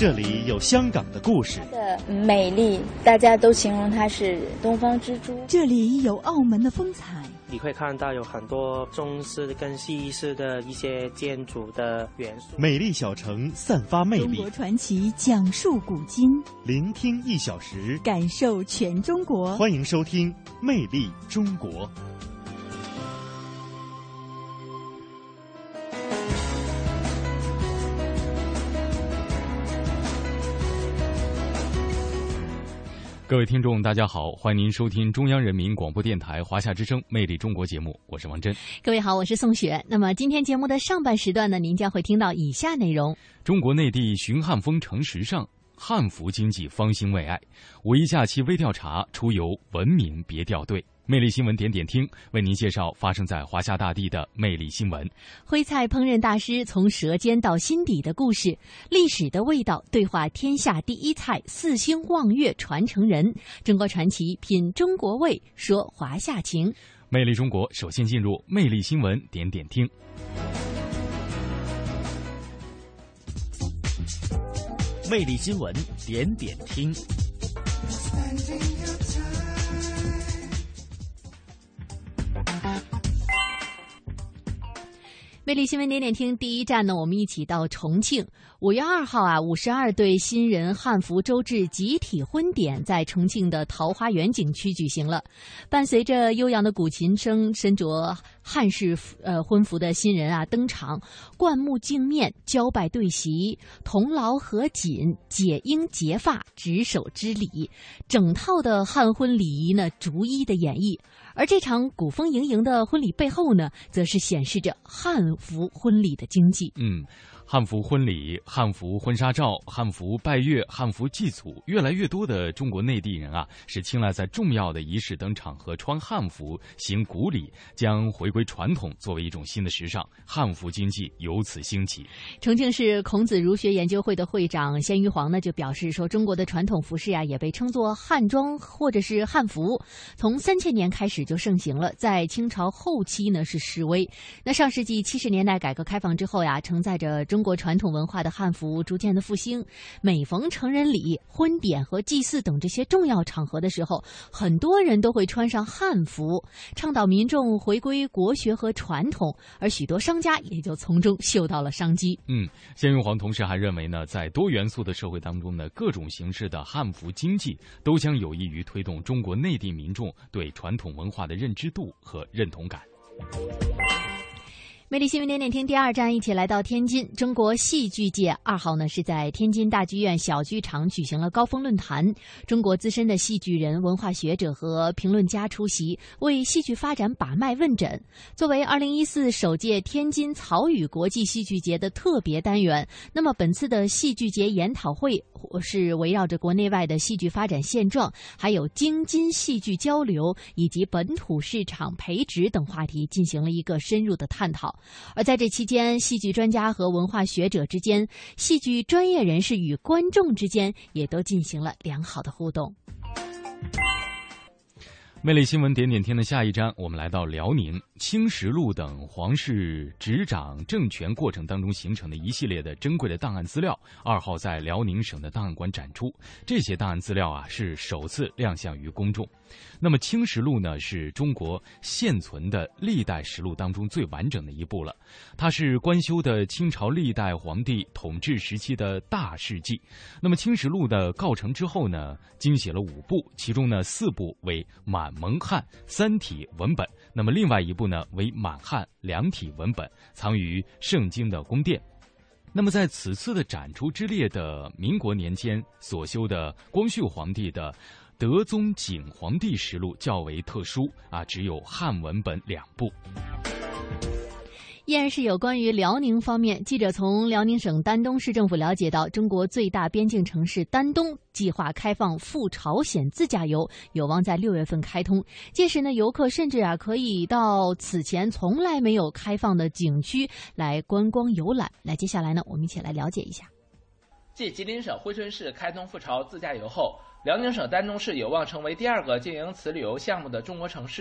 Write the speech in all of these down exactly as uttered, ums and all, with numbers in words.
这里有香港的故事， 的美丽，大家都形容它是东方之珠。 这里有澳门的风采， 你会看到有很多中式跟西式的一些建筑的元素。 美丽小城散发魅力， 中国传奇讲述古今， 聆听一小时， 感受全中国。 欢迎收听《魅力中国》。 各位听众大家好，欢迎您收听中央人民广播电台华夏之声魅力中国节目，我是王真。 各位好，我是宋雪。那么今天节目的上半时段呢，您将会听到以下内容： 中国内地寻汉风成时尚，汉服经济方兴未艾，五一假期微调查，出游文明别掉队。魅力新闻点点听，为您介绍发生在华夏大地的魅力新闻。 徽菜烹饪大师从舌尖到心底的故事，历史的味道对话天下第一菜四星望月传承人。中国传奇品中国味，说华夏情。 魅力中国，首先进入魅力新闻点点听。 魅力新闻点点听。 魅力新闻点点听第一站呢，我们一起到重庆。五月二号啊，五十二对新人汉服周至集体婚典在重庆的桃花源景区举行了。伴随着悠扬的古琴声，身着汉式呃婚服的新人啊登场，冠幕镜面，交拜对席，同劳合锦，解缨结发，执手之礼，整套的汉婚礼仪呢逐一的演绎。而这场古风盈盈的婚礼背后呢，则是显示着汉服婚礼的经济。 嗯，汉服婚礼、汉服婚纱照、汉服拜月、汉服祭祖，越来越多的中国内地人啊，是青睐在重要的仪式等场合穿汉服行古礼，将回归传统作为一种新的时尚，汉服经济由此兴起。 重庆市孔子儒学研究会的会长鲜于黄呢就表示说，中国的传统服饰啊也被称作汉装或者是汉服，从三千年开始就盛行了，在清朝后期呢是式微。那上世纪七十年代改革开放之后呀，承载着中国传统文化的汉服逐渐的复兴。每逢成人礼、婚典和祭祀等这些重要场合的时候，很多人都会穿上汉服，倡导民众回归国学和传统，而许多商家也就从中嗅到了商机。 嗯，鲜于黄同时还认为呢，在多元素的社会当中呢，各种形式的汉服经济都将有益于推动中国内地民众对传统文化的认知度和认同感。 魅力新闻点点听第二站，一起来到天津。中国戏剧界二号呢是在天津大剧院小剧场举行了高峰论坛，中国资深的戏剧人、文化学者和评论家出席，为戏剧发展把脉问诊。作为二零一四首届天津曹禺国际戏剧节的特别单元，那么本次的戏剧节研讨会是围绕着国内外的戏剧发展现状，还有京津戏剧交流以及本土市场培植等话题进行了一个深入的探讨。而在这期间，戏剧专家和文化学者之间，戏剧专业人士与观众之间也都进行了良好的互动。 魅力新闻点点听的下一站，我们来到辽宁青石录等皇室执掌政权过程当中形成的一系列的珍贵的档案资料，二号在辽宁省的档案馆展出。这些档案资料啊，是首次亮相于公众。那么青石录呢，是中国现存的历代实录当中最完整的一部了。它是官修的清朝历代皇帝统治时期的大事记。那么青石录的告成之后呢，精写了五部，其中呢四部为满蒙汉三体文本，那么另外一部呢为满汉两体文本，藏于圣经的宫殿。那么在此次的展出之列的民国年间所修的光绪皇帝的德宗景皇帝实录较为特殊啊，只有汉文本两部。 依然是有关于辽宁方面，记者从辽宁省丹东市政府了解到，中国最大边境城市丹东计划开放赴朝鲜自驾游，有望在六月份开通。届时呢，游客甚至啊可以到此前从来没有开放的景区来观光游览。来，接下来呢，我们一起来了解一下。 继吉林省珲春市开通赴朝自驾游后，辽宁省丹东市有望成为第二个经营此旅游项目的中国城市。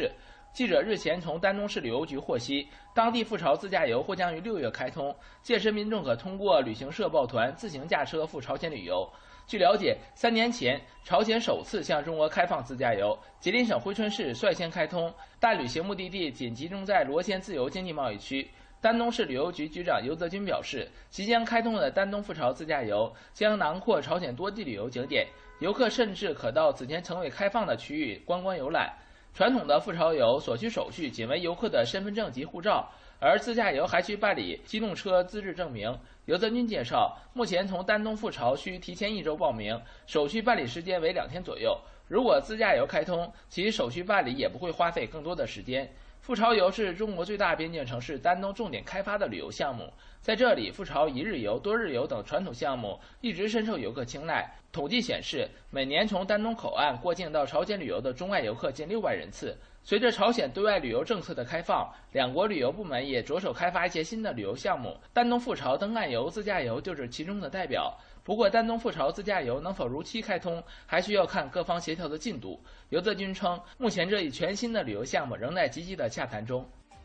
记者日前从丹东市旅游局获悉，当地富潮自驾游或将于六月开通，届时民众可通过旅行社报团自行驾车赴朝鲜旅游。据了解，三年前朝鲜首次向中国开放自驾游，吉林省珲春市率先开通，但旅行目的地仅集中在罗县自由经济贸易区。丹东市旅游局局长尤泽军表示，即将开通的丹东富潮自驾游将囊括朝鲜多地旅游景点，游客甚至可到此前曾未开放的区域观光游览。传统的富潮游所需手续仅为游客的身份证及护照，而自驾游还需办理机动车资质证明。尤泽军介绍，目前从丹东富潮需提前一周报名，手续办理时间为两天左右。如果自驾游开通，其手续办理也不会花费更多的时间。富潮游是中国最大边境城市丹东重点开发的旅游项目，在这里，富潮一日游、多日游等传统项目一直深受游客青睐。统计显示，每年从丹东口岸过境到朝鲜旅游的中外游客近六万人次。随着朝鲜对外旅游政策的开放，两国旅游部门也着手开发一些新的旅游项目，丹东富潮登岸游、自驾游就是其中的代表。不过，丹东富潮自驾游能否如期开通，还需要看各方协调的进度。尤泽军称，目前这一全新的旅游项目仍在积极的洽谈中。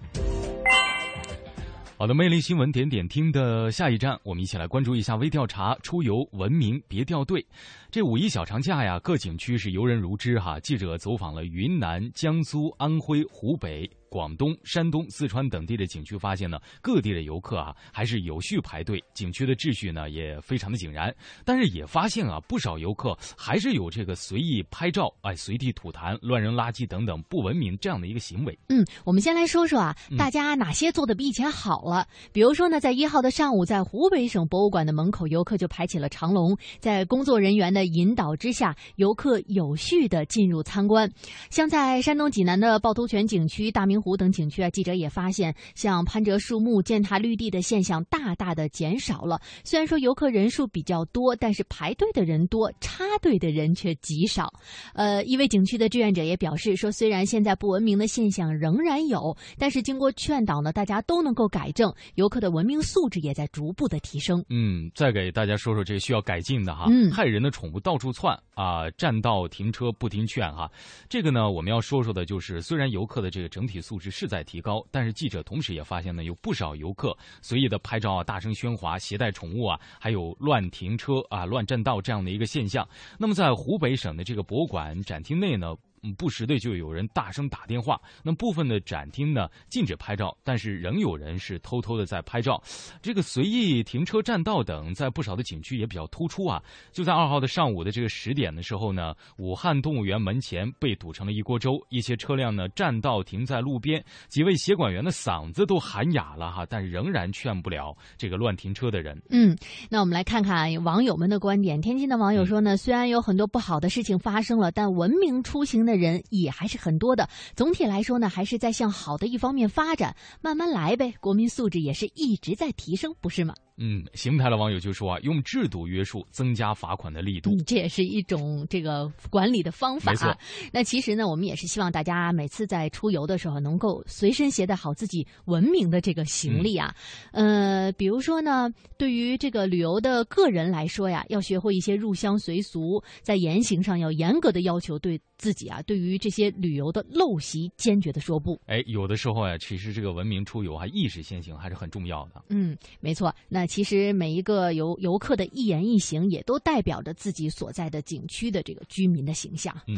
好的，魅力新闻点点听的下一站，我们一起来关注一下微调查出游文明别掉队。这五一小长假呀，各景区是游人如织哈。记者走访了云南、江苏、安徽、湖北、广东、山东、四川等地的景区，发现呢，各地的游客啊还是有序排队，景区的秩序呢也非常的井然。但是也发现啊，不少游客还是有这个随意拍照、哎随地吐痰、乱扔垃圾等等不文明这样的一个行为。 嗯，我们先来说说啊，大家哪些做的比以前好了？嗯、比如说呢，在一号的上午，在湖北省博物馆的门口，游客就排起了长龙，在工作人员的引导之下，游客有序的进入参观。像在山东济南的趵突泉景区、大明湖等景区啊，记者也发现，像攀折树木、践踏绿地的现象大大的减少了。虽然说游客人数比较多，但是排队的人多，插队的人却极少。呃，一位景区的志愿者也表示说，虽然现在不文明的现象仍然有，但是经过劝导呢，大家都能够改正，游客的文明素质也在逐步的提升。 嗯，再给大家说说这个需要改进的哈， 嗯、 害人的宠物到处窜啊，占道停车不听劝哈。这个呢，我们要说说的就是，虽然游客的这个整体素质是在提高，但是记者同时也发现呢，有不少游客随意的拍照啊、大声喧哗、携带宠物啊，还有乱停车啊、乱占道这样的一个现象。那么在湖北省的这个博物馆展厅内呢，不时的就有人大声打电话，那部分的展厅呢禁止拍照，但是仍有人是偷偷的在拍照。这个随意停车占道等在不少的景区也比较突出啊。就在二号的上午的这个十点的时候呢，武汉动物园门前被堵成了一锅粥，一些车辆呢占道停在路边，几位协管员的嗓子都喊哑了哈，但是仍然劝不了这个乱停车的人。 嗯，那我们来看看网友们的观点。天津的网友说呢，虽然有很多不好的事情发生了，但文明出行的人也还是很多的。总体来说呢，还是在向好的一方面发展，慢慢来呗。国民素质也是一直在提升，不是吗？ 嗯，邢台的网友就说啊，用制度约束，增加罚款的力度， 嗯，这也是一种这个管理的方法。 没错。 那其实呢，我们也是希望大家每次在出游的时候，能够随身携带好自己文明的这个行李啊。嗯、呃，比如说呢，对于这个旅游的个人来说呀，要学会一些入乡随俗，在言行上要严格的要求对自己啊，对于这些旅游的陋习，坚决的说不。 哎，有的时候啊，其实这个文明出游啊，意识先行还是很重要的。 嗯，没错。那其实每一个游游客的一言一行，也都代表着自己所在的景区的这个居民的形象。 嗯。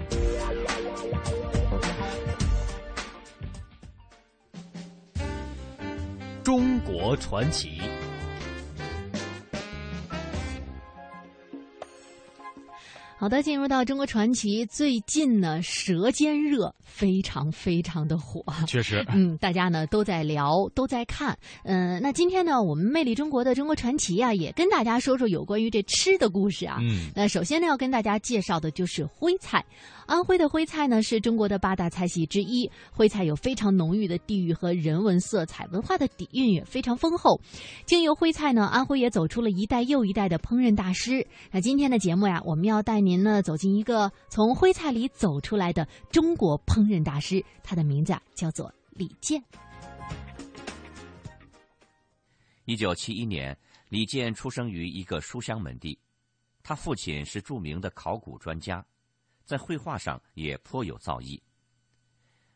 中国传奇。 好的，进入到中国传奇，最近呢，舌尖热非常非常的火， 确实， 嗯，大家呢都在聊，都在看，嗯、呃，那今天呢，我们魅力中国的中国传奇啊，也跟大家说说有关于这吃的故事啊。 嗯， 那首先呢，要跟大家介绍的就是徽菜。安徽的徽菜呢，是中国的八大菜系之一。徽菜有非常浓郁的地域和人文色彩，文化的底蕴也非常丰厚。经由徽菜呢，安徽也走出了一代又一代的烹饪大师。那今天的节目呀，我们要带您呢走进一个从徽菜里走出来的中国烹饪大师，他的名字啊叫做李健。 一九七一年，李健出生于一个书香门第，他父亲是著名的考古专家，在绘画上也颇有造诣。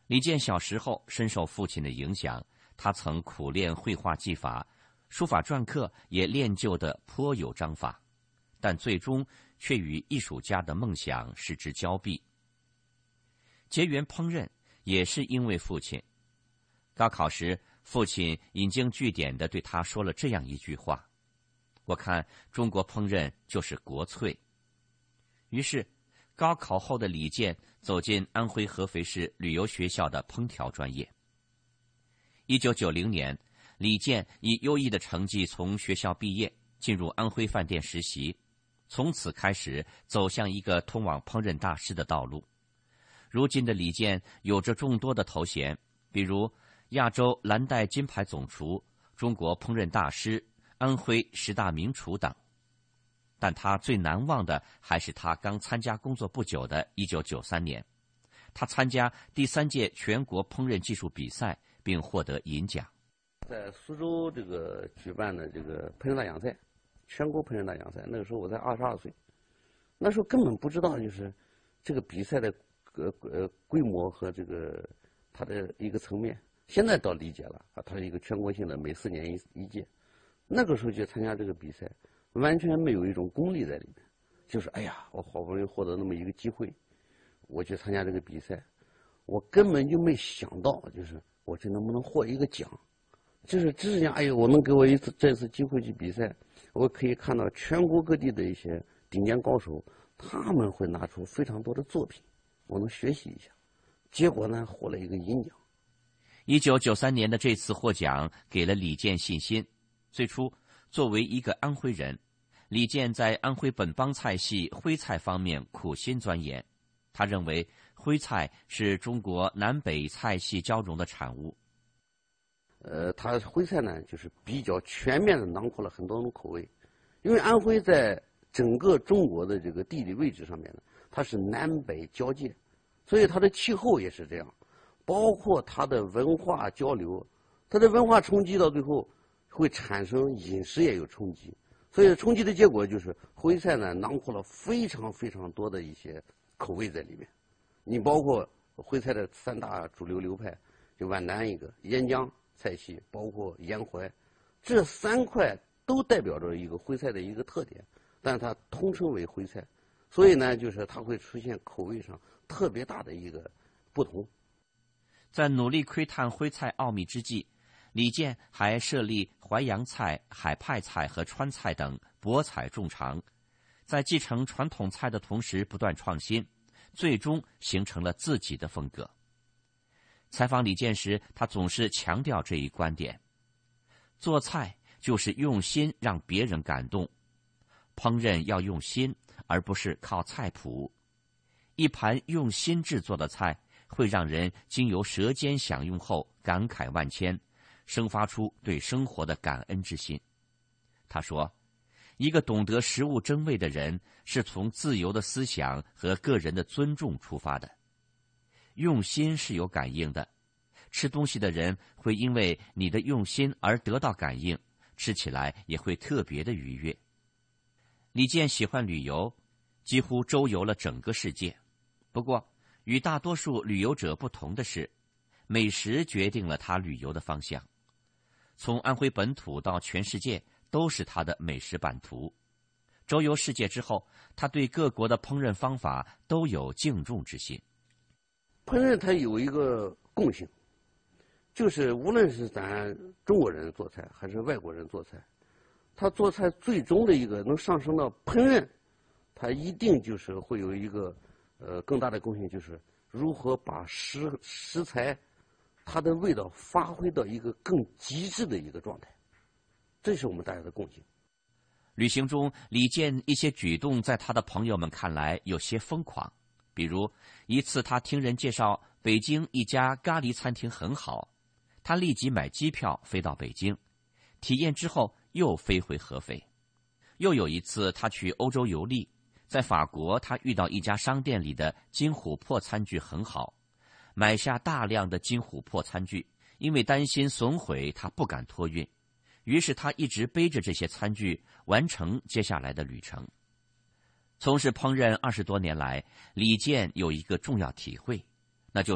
李健小时候深受父亲的影响，他曾苦练绘画技法，书法篆刻也练就得颇有章法，但最终却与艺术家的梦想失之交臂。结缘烹饪也是因为父亲。高考时，父亲引经据典地对他说了这样一句话：我看中国烹饪就是国粹。于是高考后的李健走进安徽合肥市旅游学校的烹调专业。一九九零年，李健以优异的成绩从学校毕业，进入安徽饭店实习，从此开始走向一个通往烹饪大师的道路。如今的李健有着众多的头衔，比如亚洲蓝带金牌总厨、中国烹饪大师、安徽十大名厨等。但他最难忘的还是他刚参加工作不久的一九九三年，他参加第三届全国烹饪技术比赛，并获得银奖。 在苏州这个举办的这个烹饪大奖赛，全国烹饪大奖赛，那个时候我才二十二岁，那时候根本不知道就是这个比赛的呃呃规模和这个它的一个层面。现在倒理解了啊，它是一个全国性的，每四年一一届。那个时候去参加这个比赛，完全没有一种功利在里面，就是哎呀，我好不容易获得那么一个机会，我去参加这个比赛，我根本就没想到，就是我这能不能获一个奖，就是只是想，哎呦，我能给我一次这次机会去比赛，我可以看到全国各地的一些顶尖高手，他们会拿出非常多的作品，我能学习一下，结果呢，获了一个银奖。 一九九三年的这次获奖给了李健信心。最初，作为一个安徽人，李健在安徽本帮菜系徽菜方面苦心钻研。他认为徽菜是中国南北菜系交融的产物。 呃，它徽菜呢，就是比较全面的囊括了很多种口味。因为安徽在整个中国的这个地理位置上面呢，它是南北交界，所以它的气候也是这样。包括它的文化交流，它的文化冲击到最后会产生饮食也有冲击，所以冲击的结果就是徽菜呢囊括了非常非常多的一些口味在里面。你包括徽菜的三大主流流派，就皖南一个沿江菜系，包括沿淮，这三块都代表着一个徽菜的一个特点，但它通称为徽菜，所以呢，就是它会出现口味上特别大的一个不同。 在努力窥探徽菜奥秘之际，李健还设立淮扬菜、海派菜和川菜等博采众长，在继承传统菜的同时不断创新，最终形成了自己的风格。采访李健时，他总是强调这一观点：做菜就是用心让别人感动，烹饪要用心，而不是靠菜谱。一盘用心制作的菜，会让人经由舌尖享用后感慨万千，生发出对生活的感恩之心。他说，一个懂得食物真味的人，是从自由的思想和个人的尊重出发的。用心是有感应的，吃东西的人会因为你的用心而得到感应，吃起来也会特别的愉悦。李健喜欢旅游，几乎周游了整个世界。不过与大多数旅游者不同的是，美食决定了他旅游的方向。从安徽本土到全世界都是他的美食版图。周游世界之后，他对各国的烹饪方法都有敬重之心。 烹饪它有一个共性，就是无论是咱中国人做菜还是外国人做菜，他做菜最终的一个能上升到烹饪，他一定就是会有一个呃更大的共性，就是如何把食食材它的味道发挥到一个更极致的一个状态，这是我们大家的共性。 旅行中，李健一些举动在他的朋友们看来有些疯狂。比如一次他听人介绍北京一家咖喱餐厅很好，他立即买机票飞到北京，体验之后又飞回合肥。又有一次他去欧洲游历，在法国他遇到一家商店里的金琥珀餐具很好，买下大量的金琥珀餐具，因为担心损毁他不敢托运，于是他一直背着这些餐具完成接下来的旅程。从事烹饪二十多年来，李健有一个重要体会，那就是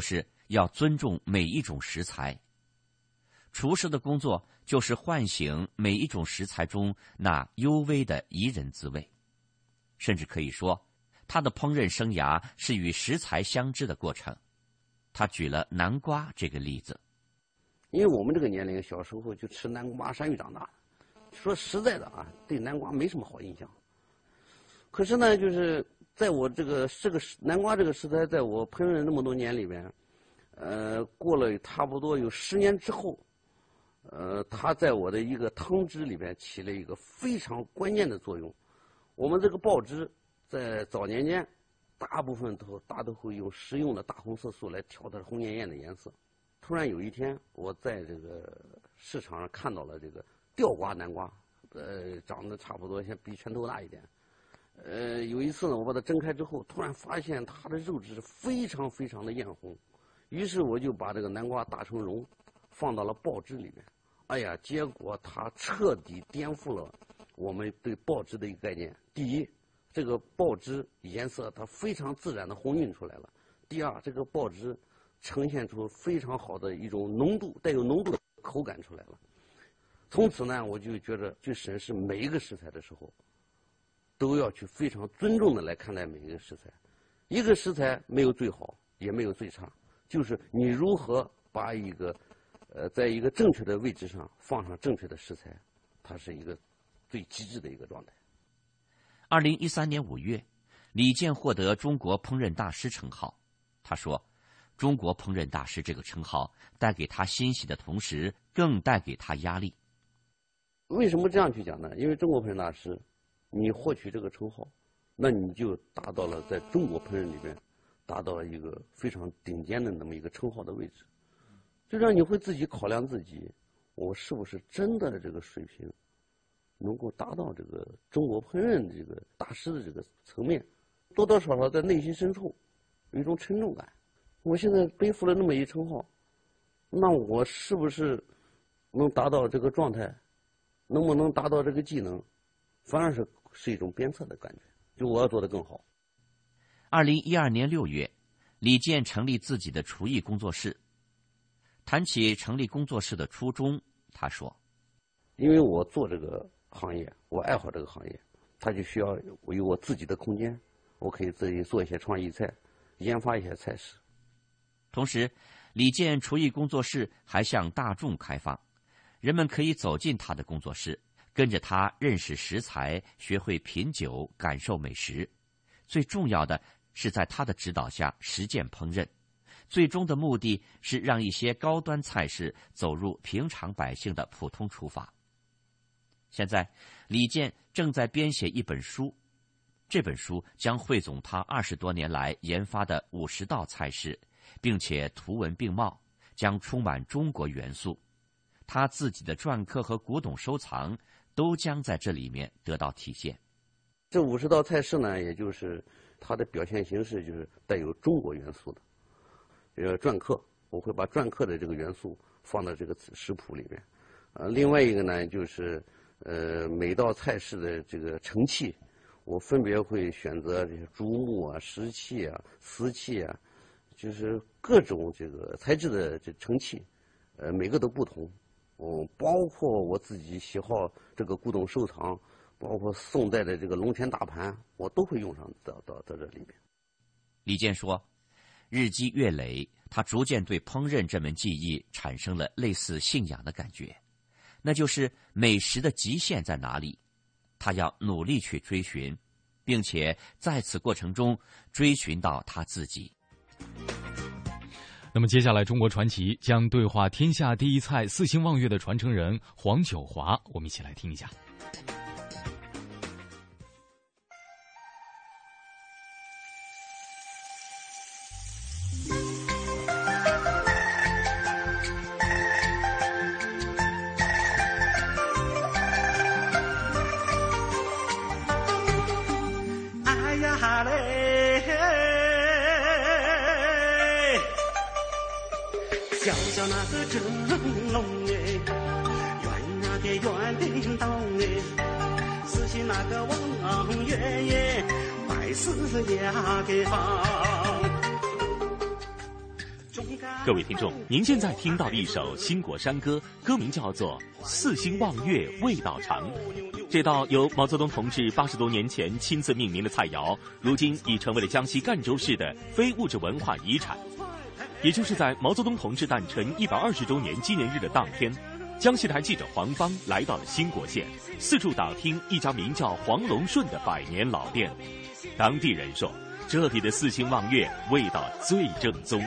要尊重每一种食材。厨师的工作就是唤醒每一种食材中那幽微的宜人滋味，甚至可以说，他的烹饪生涯是与食材相知的过程。他举了南瓜这个例子。 因为我们这个年龄小时候就吃南瓜山芋长大，说实在的啊，对南瓜没什么好印象。可是呢，就是在我这个这个南瓜这个食材，在我烹饪那么多年里边，呃，过了差不多有十年之后，呃，它在我的一个汤汁里边起了一个非常关键的作用。我们这个爆汁在早年间，大部分都大都会用食用的大红色素来调它红艳艳的颜色。突然有一天，我在这个市场上看到了这个吊瓜南瓜，呃，长得差不多像比拳头大一点。呃，有一次呢，我把它蒸开之后，突然发现它的肉质非常非常的艳红，于是我就把这个南瓜打成蓉，放到了爆汁里面。哎呀，结果它彻底颠覆了我们对爆汁的一个概念。第一，这个爆汁颜色它非常自然的红晕出来了；第二，这个爆汁呈现出非常好的一种浓度，带有浓度的口感出来了。从此呢，我就觉得去审视每一个食材的时候，都要去非常尊重的来看待每一个食材。一个食材没有最好，也没有最差，就是你如何把一个呃，在一个正确的位置上放上正确的食材，它是一个最极致的一个状态。 二零一三年五月，李健获得中国烹饪大师称号。他说，中国烹饪大师这个称号带给他欣喜的同时，更带给他压力。 为什么这样去讲呢？因为中国烹饪大师，你获取这个称号，那你就达到了在中国烹饪里边达到了一个非常顶尖的那么一个称号的位置，就让你会自己考量自己，我是不是真的这个水平能够达到这个中国烹饪这个大师的这个层面，多多少少在内心深处有一种沉重感。我现在背负了那么一称号，那我是不是能达到这个状态，能不能达到这个技能，反而是是一种鞭策的感觉，就我要做得更好。 二零一二年六月，李健成立自己的厨艺工作室。谈起成立工作室的初衷，他说：“ 因为我做这个行业，我爱好这个行业，它就需要我有我自己的空间，我可以自己做一些创意菜，研发一些菜式。” 同时，李健厨艺工作室还向大众开放，人们可以走进他的工作室，跟着他认识食材，学会品酒，感受美食。最重要的是在他的指导下实践烹饪，最终的目的是让一些高端菜式走入平常百姓的普通厨房。现在，李健正在编写一本书，这本书将汇总他二十多年来研发的五十道菜式，并且图文并茂，将充满中国元素。他自己的篆刻和古董收藏都将在这里面得到体现。 这五十道菜式呢，也就是它的表现形式就是带有中国元素的。呃，篆刻，我会把篆刻的这个元素放到这个食谱里面。呃，另外一个呢，就是呃每道菜式的这个盛器，我分别会选择这些竹木啊、石器啊、瓷器啊，就是各种这个材质的这盛器，呃，每个都不同。嗯，包括我自己喜好这个古董收藏，包括宋代的这个龙泉大盘，我都会用上到到到这里面。 李健说，日积月累，他逐渐对烹饪这门技艺产生了类似信仰的感觉，那就是美食的极限在哪里？他要努力去追寻，并且在此过程中追寻到他自己。 那么接下来，中国传奇将对话天下第一菜四星望月的传承人黄九华，我们一起来听一下。 哎呀嘞，小小那个蒸笼哎，圆那个圆叮当哎，四星那个望月耶，百事呀给放。 各位听众，您现在听到的一首新国山歌，歌名叫做《四星望月味道长》。这道由毛泽东同志八十多年前亲自命名的菜肴，如今已成为了江西赣州市的非物质文化遗产。也就是在毛泽东同志诞辰一百二十周年纪念日的当天，江西台记者黄芳来到了兴国县，四处打听一家名叫黄龙顺的百年老店。当地人说，这里的四星望月味道最正宗。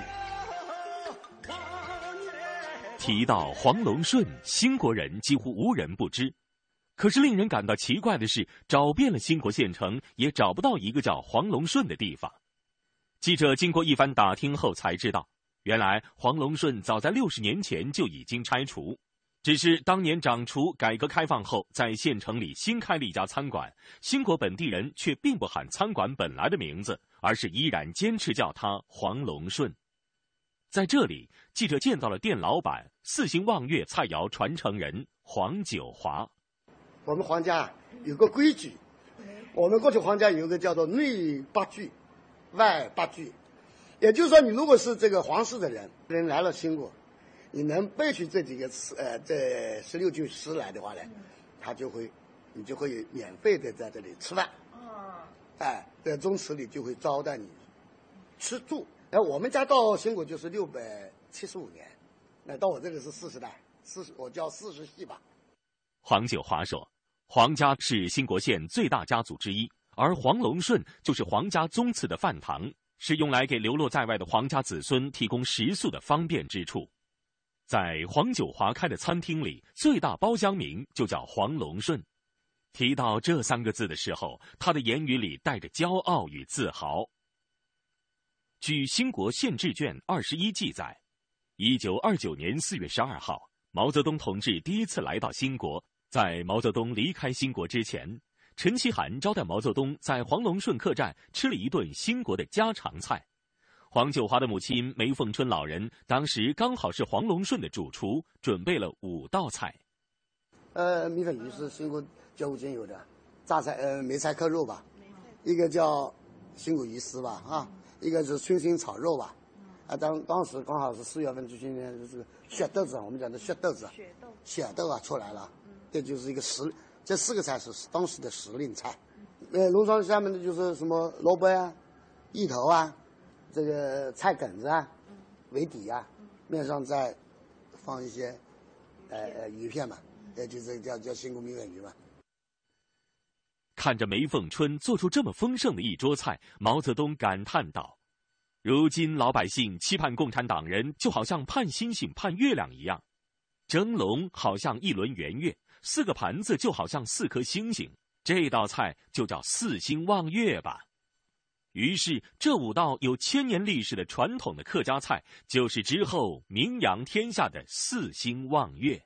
提到黄龙顺，兴国人几乎无人不知。可是令人感到奇怪的是，找遍了兴国县城，也找不到一个叫黄龙顺的地方。记者经过一番打听后才知道，原来黄龙顺早在六十年前就已经拆除，只是当年掌厨改革开放后，在县城里新开了一家餐馆，兴国本地人却并不喊餐馆本来的名字，而是依然坚持叫它黄龙顺。在这里，记者见到了店老板四星望月菜肴传承人黄九华。 我们黄家有个规矩，我们过去黄家有一个叫做内八句外八句，也就是说，你如果是这个皇室的人人来了兴国，你能背起这几个词呃这十六句诗来的话呢，他就会你就会免费的在这里吃饭，哎，在宗祠里就会招待你吃住。哎，我们家到兴国就是六百七十五年，那到我这个是四十代，四十我叫四十系吧。 黄九华说，黄家是兴国县最大家族之一，而黄龙顺就是黄家宗祠的饭堂，是用来给流落在外的黄家子孙提供食宿的方便之处。在黄九华开的餐厅里，最大包厢名就叫黄龙顺。提到这三个字的时候，他的言语里带着骄傲与自豪。据兴国县志卷二十一记载，一九二九年四月十二号，毛泽东同志第一次来到兴国。在毛泽东离开兴国之前，陈其涵招待毛泽东在黄龙顺客栈吃了一顿兴国的家常菜。黄九华的母亲梅凤春老人当时刚好是黄龙顺的主厨，准备了五道菜。 呃，米粉鱼是兴国教务间有的，榨菜呃梅菜扣肉吧，一个叫兴国鱼丝吧啊，一个是春心炒肉吧。啊，当当时刚好是四月份，就今年这个血豆子，我们讲的血豆子，血豆血豆啊出来了，这就是一个时，这四个菜是当时的时令菜。呃，农庄下面的就是什么萝卜啊、芋头啊、这个菜梗子啊为底啊，面上再放一些呃呃鱼片嘛，也就是叫叫兴国米粉鱼嘛。 看着梅凤春做出这么丰盛的一桌菜，毛泽东感叹道：如今老百姓期盼共产党人就好像盼星星盼月亮一样，蒸笼好像一轮圆月，四个盘子就好像四颗星星，这道菜就叫四星望月吧。于是这五道有千年历史的传统的客家菜，就是之后名扬天下的四星望月。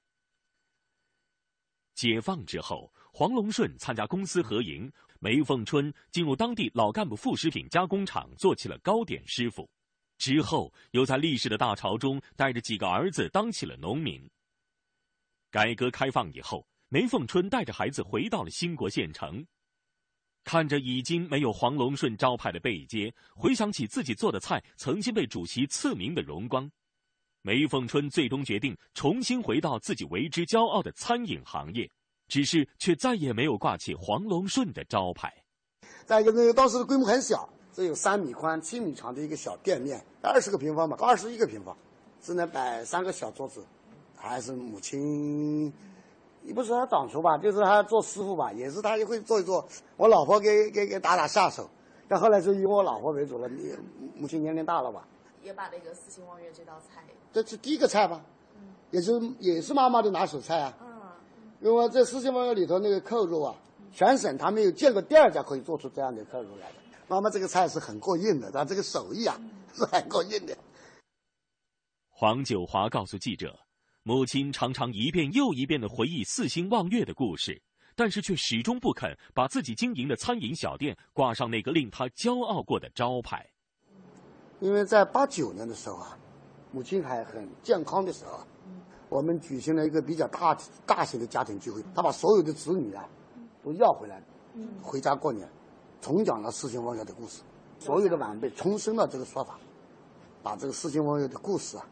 解放之后，黄龙顺参加公私合营，梅凤春进入当地老干部副食品加工厂做起了糕点师傅，之后又在历史的大潮中带着几个儿子当起了农民。改革开放以后，梅凤春带着孩子回到了兴国县城，看着已经没有黄龙顺招牌的背街，回想起自己做的菜曾经被主席赐名的荣光，梅凤春最终决定重新回到自己为之骄傲的餐饮行业，只是却再也没有挂起黄龙顺的招牌。 再一个，那个当时的规模很小，只有三米宽、七米长的一个小店面，二十个平方吧，二十一个平方，只能摆三个小桌子。还是母亲，也不是他掌厨吧，就是他做师傅吧，也是他也会做一做。我老婆给给给打打下手，但后来就以我老婆为主了。你母亲年龄大了吧？ 也把那个四星望月这道菜， 这是第一个菜吧，嗯、也是也是妈妈的拿手菜啊。嗯，因为这四星望月里头那个扣肉啊，全省他没有见过第二家可以做出这样的扣肉来的。妈妈这个菜是很过硬的，她这个手艺啊、嗯、是很过硬的。 黄九华告诉记者，母亲常常一遍又一遍地回忆四星望月的故事，但是却始终不肯把自己经营的餐饮小店挂上那个令他骄傲过的招牌。 因为在八九年的时候啊，母亲还很健康的时候，我们举行了一个比较大大型的家庭聚会，他把所有的子女啊都要回来，回家过年，重讲了四星望月的故事，所有的晚辈重申了这个说法，把这个四星望月的故事啊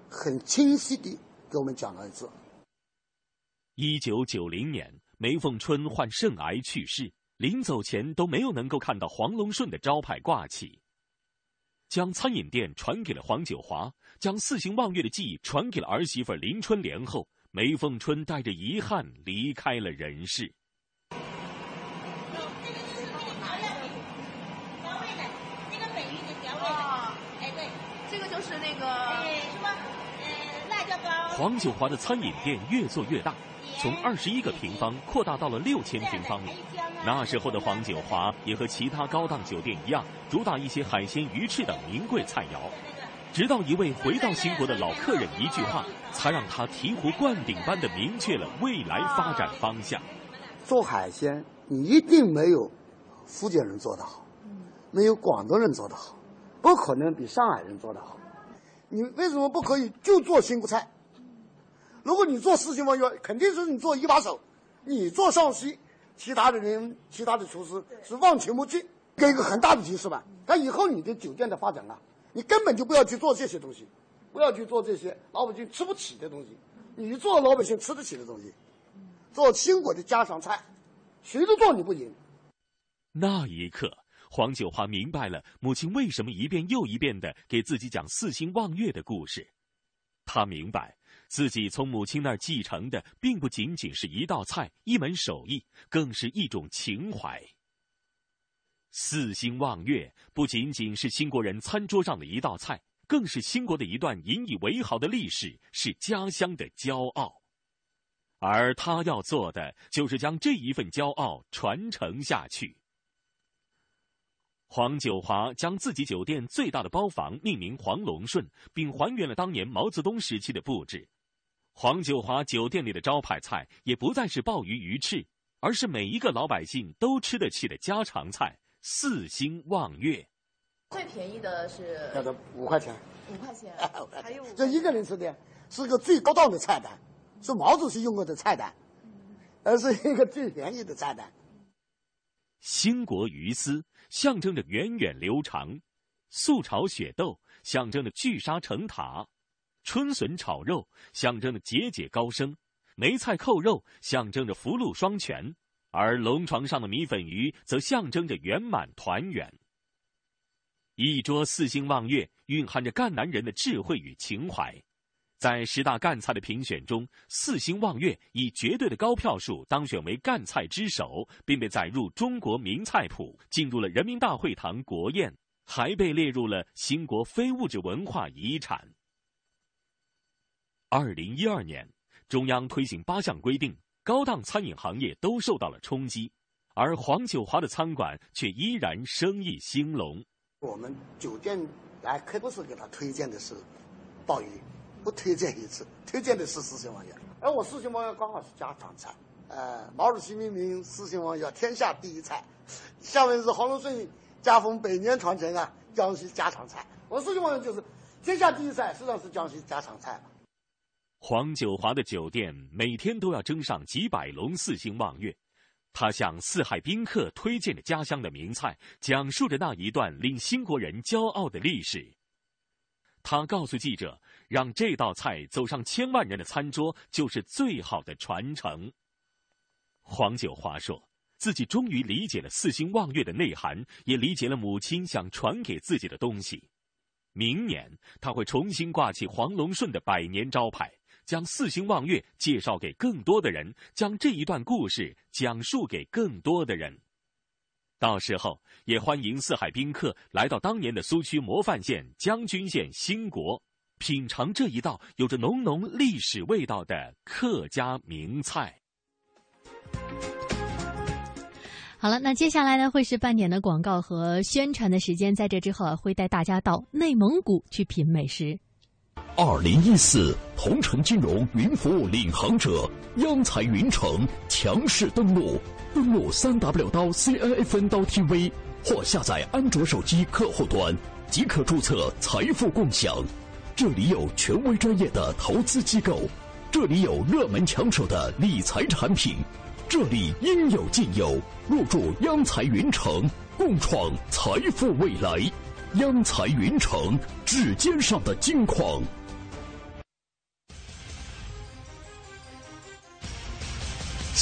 很清晰地给我们讲了一次。 一九九零年，梅凤春患肾癌去世，临走前都没有能够看到黄龙顺的招牌挂起。将餐饮店传给了黄九华，将四星望月的技艺传给了儿媳妇林春莲后，梅凤春带着遗憾离开了人世。 是那个哎什么呃辣椒膏。 黄九华的餐饮店越做越大，从二十一个平方扩大到了六千平方米。那时候的黄九华也和其他高档酒店一样，主打一些海鲜、鱼翅等名贵菜肴。直到一位回到兴国的老客人一句话，才让他醍醐灌顶般的明确了未来发展方向。 做海鲜，你一定没有福建人做得好，没有广东人做得好，不可能比上海人做得好。你为什么不可以就做兴国菜？如果你做四星望月，肯定是你做一把手，你做上席，其他的人、其他的厨师是望尘莫及，给一个很大的提示吧。但以后你的酒店的发展啊，你根本就不要去做这些东西，不要去做这些老百姓吃不起的东西，你做老百姓吃得起的东西，做兴国的家常菜，谁都做你不赢。 那一刻，黄九华明白了母亲为什么一遍又一遍地给自己讲四星望月的故事。他明白自己从母亲那儿继承的并不仅仅是一道菜、一门手艺，更是一种情怀。四星望月不仅仅是兴国人餐桌上的一道菜，更是兴国的一段引以为豪的历史，是家乡的骄傲。而他要做的就是将这一份骄傲传承下去。黄九华将自己酒店最大的包房命名黄龙顺，并还原了当年毛泽东时期的布置。黄九华酒店里的招牌菜也不再是鲍鱼鱼翅，而是每一个老百姓都吃得起的家常菜——四星望月。 最便宜的是要的五块钱， 五块钱，还有这一个人吃的是个最高档的菜单，是毛主席用过的菜单，而是一个最便宜的菜单。 兴国鱼丝象征着源远流长，素炒血豆象征着聚沙成塔，春笋炒肉象征着节节高升，梅菜扣肉象征着福禄双全，而龙床上的米粉鱼则象征着圆满团圆。一桌四星望月蕴含着赣南人的智慧与情怀。在十大赣菜的评选中，四星望月以绝对的高票数当选为赣菜之首，并被载入中国名菜谱，进入了人民大会堂国宴，还被列入了兴国非物质文化遗产。二零一二年，中央推行八项规定，高档餐饮行业都受到了冲击，而黄九华的餐馆却依然生意兴隆。 我们酒店来开播时给他推荐的是鲍鱼，不推荐一次，推荐的是四星望月。而我四星望月刚好是家常菜，呃，毛主席命名四星望月天下第一菜。下面是黄龙顺家风百年传承啊，江西家常菜。我四星望月就是天下第一菜，实际上是江西家常菜。 黄九华的酒店每天都要蒸上几百笼四星望月，他向四海宾客推荐着家乡的名菜，讲述着那一段令兴国人骄傲的历史。他告诉记者，让这道菜走上千万人的餐桌，就是最好的传承。黄九华说，自己终于理解了四星望月的内涵，也理解了母亲想传给自己的东西。明年他会重新挂起黄龙顺的百年招牌，将四星望月介绍给更多的人，将这一段故事讲述给更多的人。到时候也欢迎四海宾客来到当年的苏区模范县将军县兴国，品尝这一道有着浓浓历史味道的客家名菜。 好了，那接下来呢会是半点的广告和宣传的时间，在这之后啊，会带大家到内蒙古去品美食。 二零一四同城金融云服务领航者央财云城强势登陆，登录 三 w 到 c n f n 到 t v 或下载安卓手机客户端即可注册财富共享。这里有权威专业的投资机构，这里有热门抢手的理财产品，这里应有尽有。入驻央财云城，共创财富未来。央财云城，指尖上的金矿。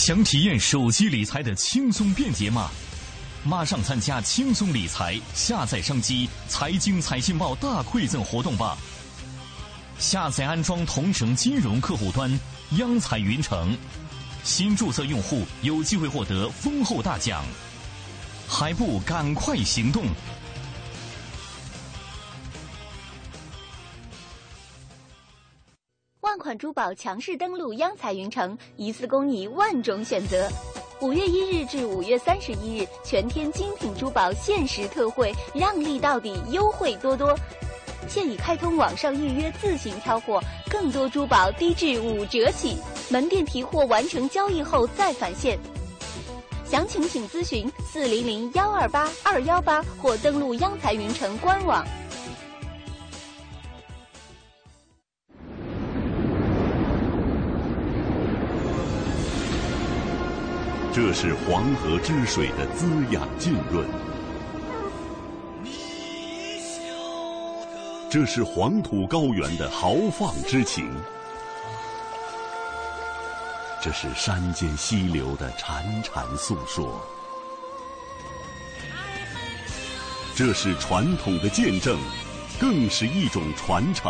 想体验手机理财的轻松便捷吗？马上参加轻松理财下载商机财经财信报大馈赠活动吧！下载安装同城金融客户端央财云城，新注册用户有机会获得丰厚大奖，还不赶快行动！ 万款珠宝强势登陆央财云城，一次供你万种选择。五月一日至五月三十一日，全天精品珠宝限时特惠，让利到底，优惠多多。现已开通网上预约，自行挑货，更多珠宝低至五折起。门店提货完成交易后再返现。详情请咨询四零零幺二八二幺八或登录央财云城官网。 这是黄河之水的滋养浸润，这是黄土高原的豪放之情，这是山间溪流的潺潺诉说，这是传统的见证，更是一种传承。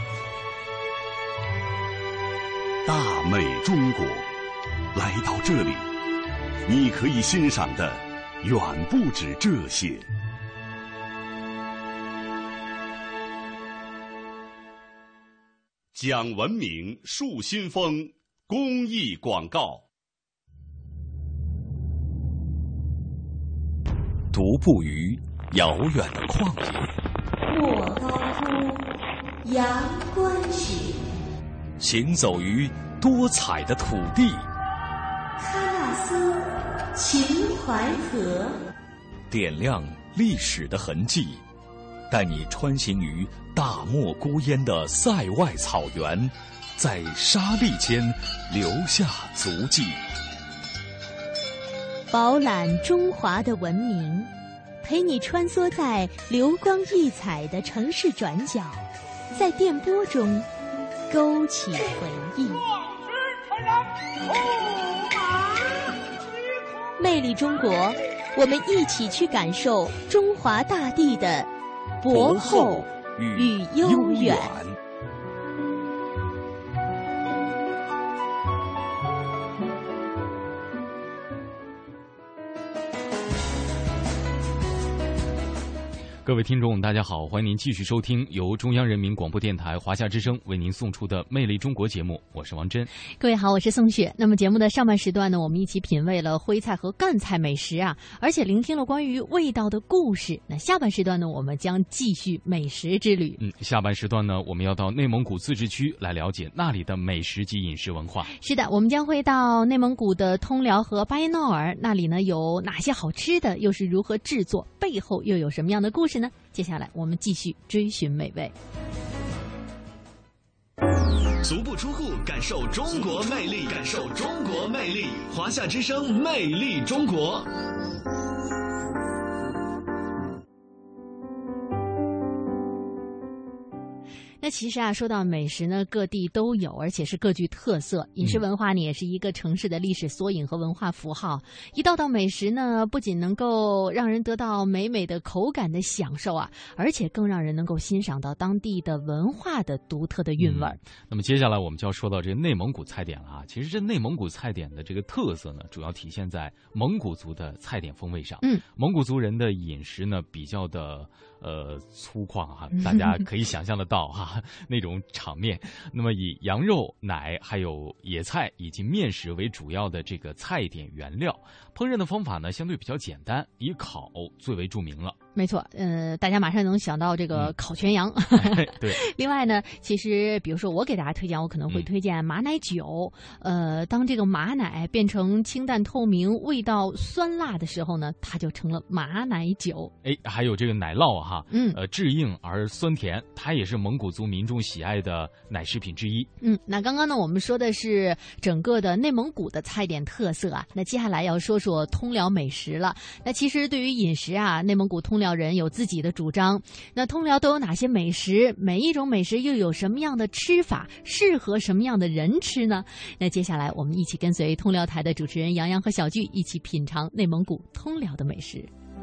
大美中国，来到这里，你可以欣赏的远不止这些。讲文明树新风公益广告。 独步于遥远的旷野， 莫高乎阳关雪， 行走于多彩的土地， 喀纳斯秦淮河， 点亮历史的痕迹，带你穿行于大漠孤烟的塞外草原，在沙砾间留下足迹， 饱览中华的文明，陪你穿梭在流光溢彩的城市转角，在电波中勾起回忆。魅力中国，我们一起去感受中华大地的博厚与悠远。 各位听众大家好，欢迎您继续收听由中央人民广播电台华夏之声为您送出的魅力中国节目，我是王珍。 各位好，我是宋雪。那么节目的上半时段呢，我们一起品味了徽菜和赣菜美食啊，而且聆听了关于味道的故事。那下半时段呢，我们将继续美食之旅。 嗯，下半时段呢，我们要到内蒙古自治区来了解那里的美食及饮食文化。 是的，我们将会到内蒙古的通辽和巴彦淖尔，那里呢有哪些好吃的，又是如何制作，背后又有什么样的故事呢？接下来我们继续追寻美味。 足不出户，感受中国魅力，感受中国魅力。华夏之声，魅力中国。 那其实啊，说到美食呢，各地都有，而且是各具特色。饮食文化呢，也是一个城市的历史缩影和文化符号。一道道美食呢，不仅能够让人得到美美的口感的享受啊，而且更让人能够欣赏到当地的文化的独特的韵味儿。 嗯、那么接下来我们就要说到这个内蒙古菜点了啊。其实这内蒙古菜点的这个特色呢，主要体现在蒙古族的菜点风味上。 嗯， 蒙古族人的饮食呢，比较的呃粗犷哈，大家可以想象得到哈。那种场面，那么以羊肉、奶、还有野菜以及面食为主要的这个菜点原料，烹饪的方法呢相对比较简单，以烤最为著名了。 没错，呃，大家马上能想到这个烤全羊。 嗯、对。 另外呢，其实比如说我给大家推荐，我可能会推荐马奶酒。嗯、呃，当这个马奶变成清淡透明、味道酸辣的时候呢，它就成了马奶酒。 哎，还有这个奶酪哈， 嗯， 呃，质硬而酸甜，它也是蒙古族民众喜爱的奶食品之一。 嗯，那刚刚呢，我们说的是整个的内蒙古的菜点特色啊。那接下来要说说通辽美食了。那其实对于饮食啊，内蒙古通辽辽人有自己的主张。那通辽都有哪些美食？每一种美食又有什么样的吃法？适合什么样的人吃呢？那接下来我们一起跟随通辽台的主持人杨洋和小聚，一起品尝内蒙古通辽的美食。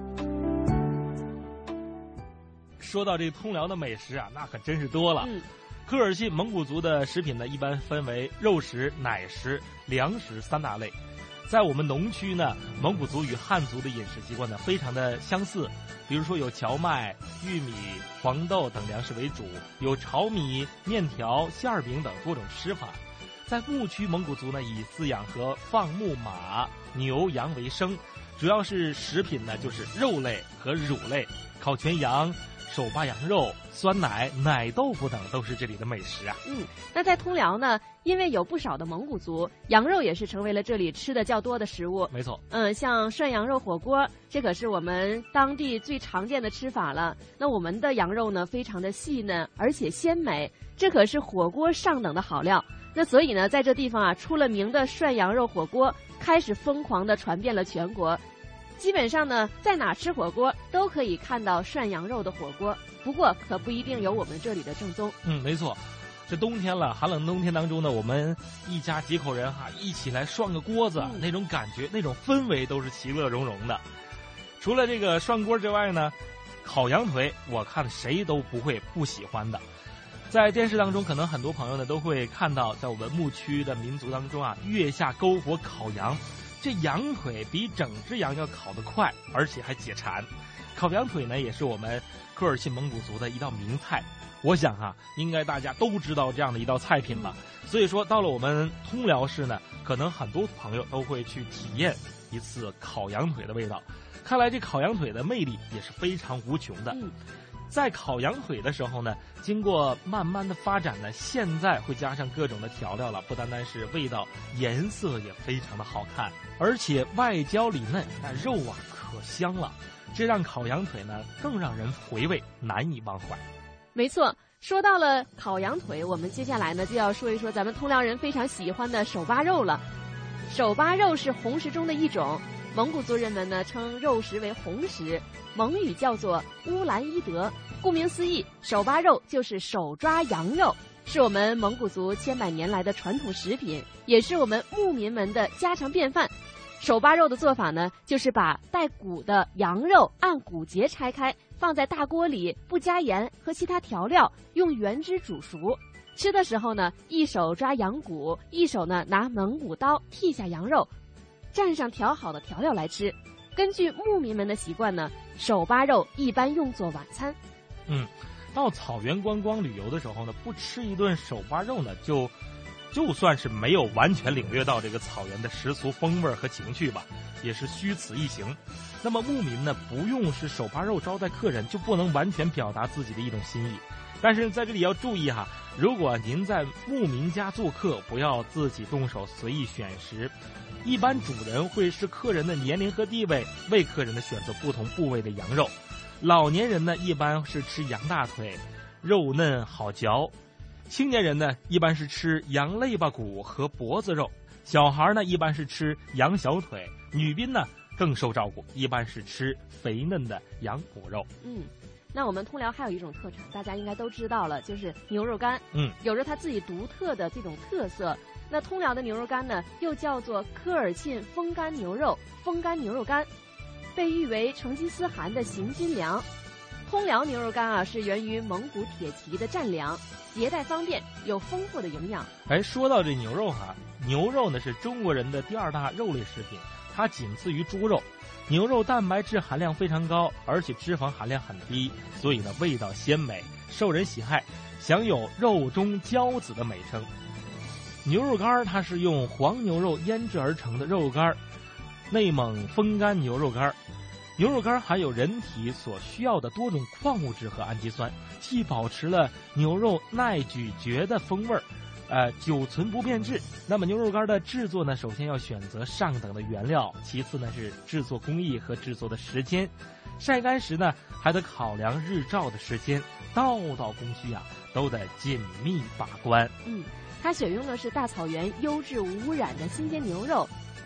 说到这通辽的美食啊，那可真是多了。嗯，科尔沁蒙古族的食品呢，一般分为肉食、奶食、粮食三大类。在我们农区呢，蒙古族与汉族的饮食习惯呢非常的相似，比如说有荞麦、玉米、黄豆等粮食为主，有炒米、面条、馅儿饼等多种吃法。在牧区，蒙古族呢以饲养和放牧马、牛、羊为生，主要是食品呢就是肉类和乳类，烤全羊、手扒羊肉、酸奶、奶豆腐等都是这里的美食啊。 嗯，那在通辽呢，因为有不少的蒙古族，羊肉也是成为了这里吃的较多的食物。 没错， 嗯，像涮羊肉火锅，这可是我们当地最常见的吃法了。那我们的羊肉呢，非常的细嫩，而且鲜美，这可是火锅上等的好料。那所以呢，在这地方啊，出了名的涮羊肉火锅开始疯狂的传遍了全国。基本上呢，在哪吃火锅都可以看到涮羊肉的火锅，不过可不一定有我们这里的正宗。 嗯，没错，这冬天了，寒冷冬天当中呢，我们一家几口人哈，一起来涮个锅子，嗯、那种感觉、那种氛围都是其乐融融的。除了这个涮锅之外呢，烤羊腿，我看谁都不会不喜欢的。在电视当中，可能很多朋友呢都会看到，在我们牧区的民族当中啊，月下篝火烤羊。这羊腿比整只羊要烤得快，而且还解馋。烤羊腿呢，也是我们科尔沁蒙古族的一道名菜。我想啊，应该大家都知道这样的一道菜品了。所以说，到了我们通辽市呢，可能很多朋友都会去体验一次烤羊腿的味道。看来这烤羊腿的魅力也是非常无穷的。嗯，在烤羊腿的时候呢，经过慢慢的发展呢，现在会加上各种的调料了，不单单是味道，颜色也非常的好看，而且外焦里嫩，那肉啊可香了，这让烤羊腿呢更让人回味难以忘怀。 没错，说到了烤羊腿，我们接下来呢就要说一说咱们通辽人非常喜欢的手扒肉了。手扒肉是红食中的一种，蒙古族人们呢称肉食为红食，蒙语叫做乌兰伊德。顾名思义，手扒肉就是手抓羊肉，是我们蒙古族千百年来的传统食品，也是我们牧民们的家常便饭。手扒肉的做法呢，就是把带骨的羊肉按骨节拆开，放在大锅里，不加盐和其他调料，用原汁煮熟。吃的时候呢，一手抓羊骨，一手呢拿蒙古刀剔下羊肉，蘸上调好的调料来吃。根据牧民们的习惯呢，手扒肉一般用作晚餐。 嗯，到草原观光旅游的时候呢，不吃一顿手扒肉呢，就就算是没有完全领略到这个草原的食俗风味和情趣吧，也是虚此一行。那么牧民呢，不用是手扒肉招待客人，就不能完全表达自己的一种心意。但是在这里要注意哈，如果您在牧民家做客，不要自己动手随意选食。一般主人会视客人的年龄和地位，为客人的选择不同部位的羊肉。老年人呢，一般是吃羊大腿，肉嫩好嚼；青年人呢，一般是吃羊肋巴骨和脖子肉；小孩呢，一般是吃羊小腿；女宾呢，更受照顾，一般是吃肥嫩的羊骨肉。 嗯，那我们通辽还有一种特产，大家应该都知道了，就是牛肉干。 嗯， 有着它自己独特的这种特色。那通辽的牛肉干呢，又叫做科尔沁风干牛肉、风干牛肉干，被誉为成吉思汗的行军粮。通辽牛肉干啊，是源于蒙古铁骑的战粮，携带方便，有丰富的营养。 哎，说到这牛肉哈，牛肉呢是中国人的第二大肉类食品，它仅次于猪肉。牛肉蛋白质含量非常高，而且脂肪含量很低，所以呢味道鲜美，受人喜爱，享有肉中骄子的美称。牛肉干它是用黄牛肉腌制而成的肉干，内蒙风干牛肉干。牛肉干含有人体所需要的多种矿物质和氨基酸，既保持了牛肉耐咀嚼的风味儿，呃，久存不变质。那么牛肉干的制作呢，首先要选择上等的原料，其次呢是制作工艺和制作的时间。晒干时呢，还得考量日照的时间，道道工序啊，都得紧密把关。 嗯，它选用的是大草原优质无污染的新鲜牛肉。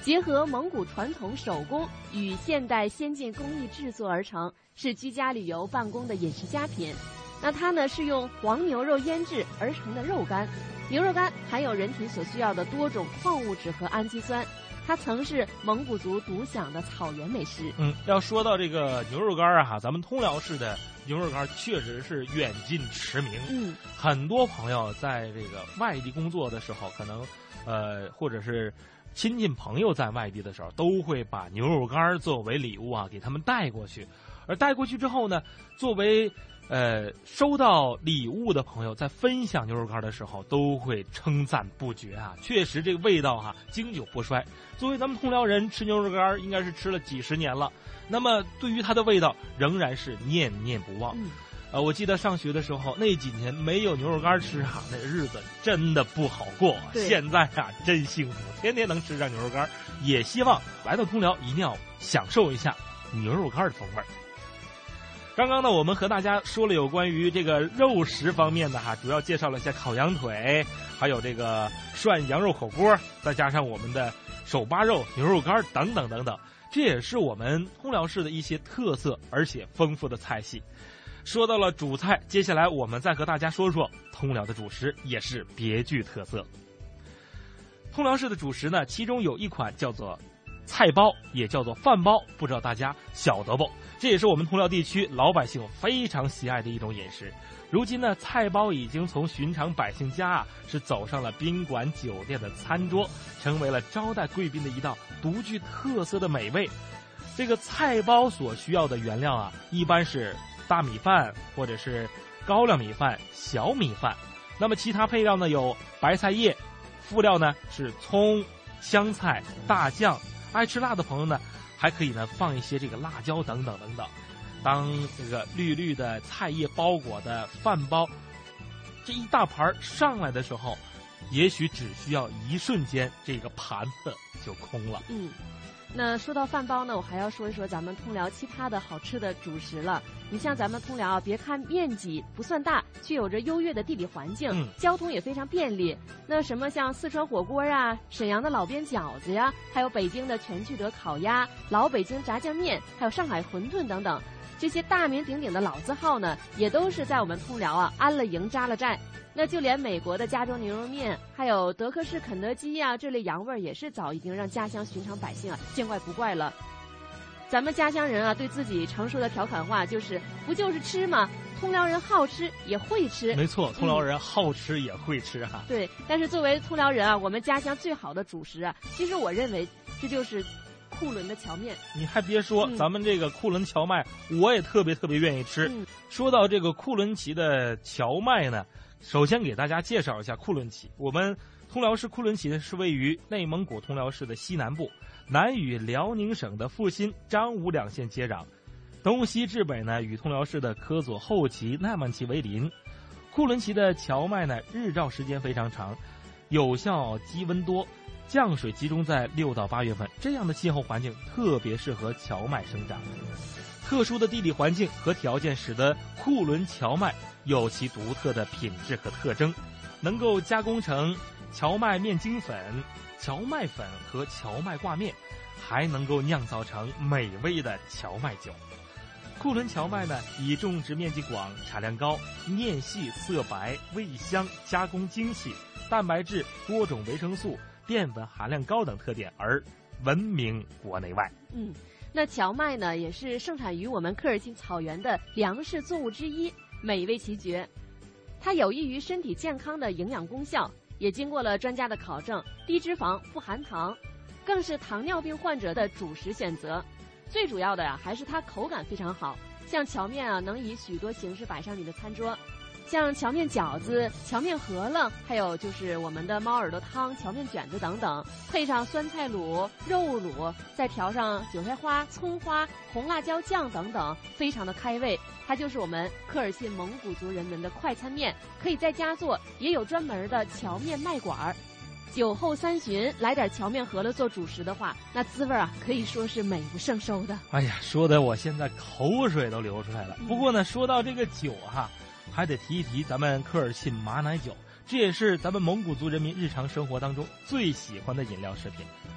结合蒙古传统手工与现代先进工艺制作而成，是居家旅游办公的饮食佳品。那它呢是用黄牛肉腌制而成的肉干，牛肉干含有人体所需要的多种矿物质和氨基酸，它曾是蒙古族独享的草原美食。 嗯，要说到这个牛肉干啊，哈，咱们通辽市的牛肉干确实是远近驰名。 嗯， 很多朋友在这个外地工作的时候，可能呃，或者是亲戚朋友在外地的时候，都会把牛肉干作为礼物啊，给他们带过去。而带过去之后呢，作为呃，收到礼物的朋友在分享牛肉干的时候，都会称赞不绝啊！确实，这个味道哈、啊、经久不衰。作为咱们通辽人，吃牛肉干应该是吃了几十年了，那么对于它的味道仍然是念念不忘。 嗯， 呃，我记得上学的时候那几年没有牛肉干吃啊，那日子真的不好过。现在啊，真幸福，天天能吃上牛肉干。也希望来到通辽一定要享受一下牛肉干的风味。刚刚呢，我们和大家说了有关于这个肉食方面的哈，主要介绍了一下烤羊腿，还有这个涮羊肉火锅，再加上我们的手扒肉、牛肉干等等等等，这也是我们通辽市的一些特色而且丰富的菜系。说到了主菜，接下来我们再和大家说说通辽的主食，也是别具特色。通辽市的主食呢，其中有一款叫做菜包，也叫做饭包，不知道大家晓得不？这也是我们通辽地区老百姓非常喜爱的一种饮食。如今呢，菜包已经从寻常百姓家啊，是走上了宾馆酒店的餐桌，成为了招待贵宾的一道独具特色的美味。这个菜包所需要的原料啊，一般是大米饭或者是高粱米饭、小米饭。那么其他配料呢，有白菜叶，副料呢是葱、香菜、大酱。爱吃辣的朋友呢，还可以呢放一些这个辣椒等等等等。当这个绿绿的菜叶包裹的饭包这一大盘上来的时候，也许只需要一瞬间，这个盘子就空了。 嗯，那说到饭包呢，我还要说一说咱们通辽其他的好吃的主食了。你像咱们通辽啊，别看面积不算大，却有着优越的地理环境， 嗯、 交通也非常便利。那什么像四川火锅啊、沈阳的老边饺子呀，还有北京的全聚德烤鸭、老北京炸酱面，还有上海馄饨等等，这些大名鼎鼎的老字号呢，也都是在我们通辽啊安了营扎了寨。那就连美国的加州牛肉面，还有德克士肯德基呀、啊，这类洋味儿也是早已经让家乡寻常百姓啊见怪不怪了。咱们家乡人啊，对自己常说的调侃话就是“不就是吃吗？”通辽人好吃也会吃。 没错，通辽人好吃也会吃哈、 嗯。对，但是作为通辽人啊，我们家乡最好的主食啊，其实我认为这就是库伦的荞面。 你还别说、嗯、咱们这个库伦荞麦我也特别特别愿意吃、 嗯、 说到这个库伦旗的荞麦呢，首先给大家介绍一下库伦旗。我们通辽市库伦旗呢是位于内蒙古通辽市的西南部，南与辽宁省的阜新、张武两县接壤，东西至北呢与通辽市的科佐后旗、奈曼旗为邻。库伦旗的荞麦呢日照时间非常长，有效积温多，降水集中在六到八月份，这样的气候环境特别适合荞麦生长。特殊的地理环境和条件使得库伦荞麦有其独特的品质和特征，能够加工成荞麦面筋粉、荞麦粉和荞麦挂面，还能够酿造成美味的荞麦酒。库伦荞麦呢，以种植面积广、产量高、面细色白、味香、加工精细、蛋白质、多种维生素、淀粉含量高等特点而闻名国内外。 嗯，那荞麦呢，也是盛产于我们科尔沁草原的粮食作物之一，美味奇绝。它有益于身体健康的营养功效，也经过了专家的考证，低脂肪、不含糖，更是糖尿病患者的主食选择。最主要的呀、啊，还是它口感非常好，像荞面啊，能以许多形式摆上你的餐桌。像荞面饺子、荞面饸饹，还有就是我们的猫耳朵汤、荞面卷子等等，配上酸菜卤、肉卤，再调上韭菜花、葱花、红辣椒酱等等，非常的开胃。它就是我们科尔沁蒙古族人们的快餐面，可以在家做，也有专门的荞面麦馆。酒后三巡来点荞面饸饹做主食的话，那滋味啊可以说是美不胜收的。 哎呀，说的我现在口水都流出来了。不过呢，说到这个酒哈、啊，还得提一提咱们科尔沁马奶酒，这也是咱们蒙古族人民日常生活当中最喜欢的饮料食品。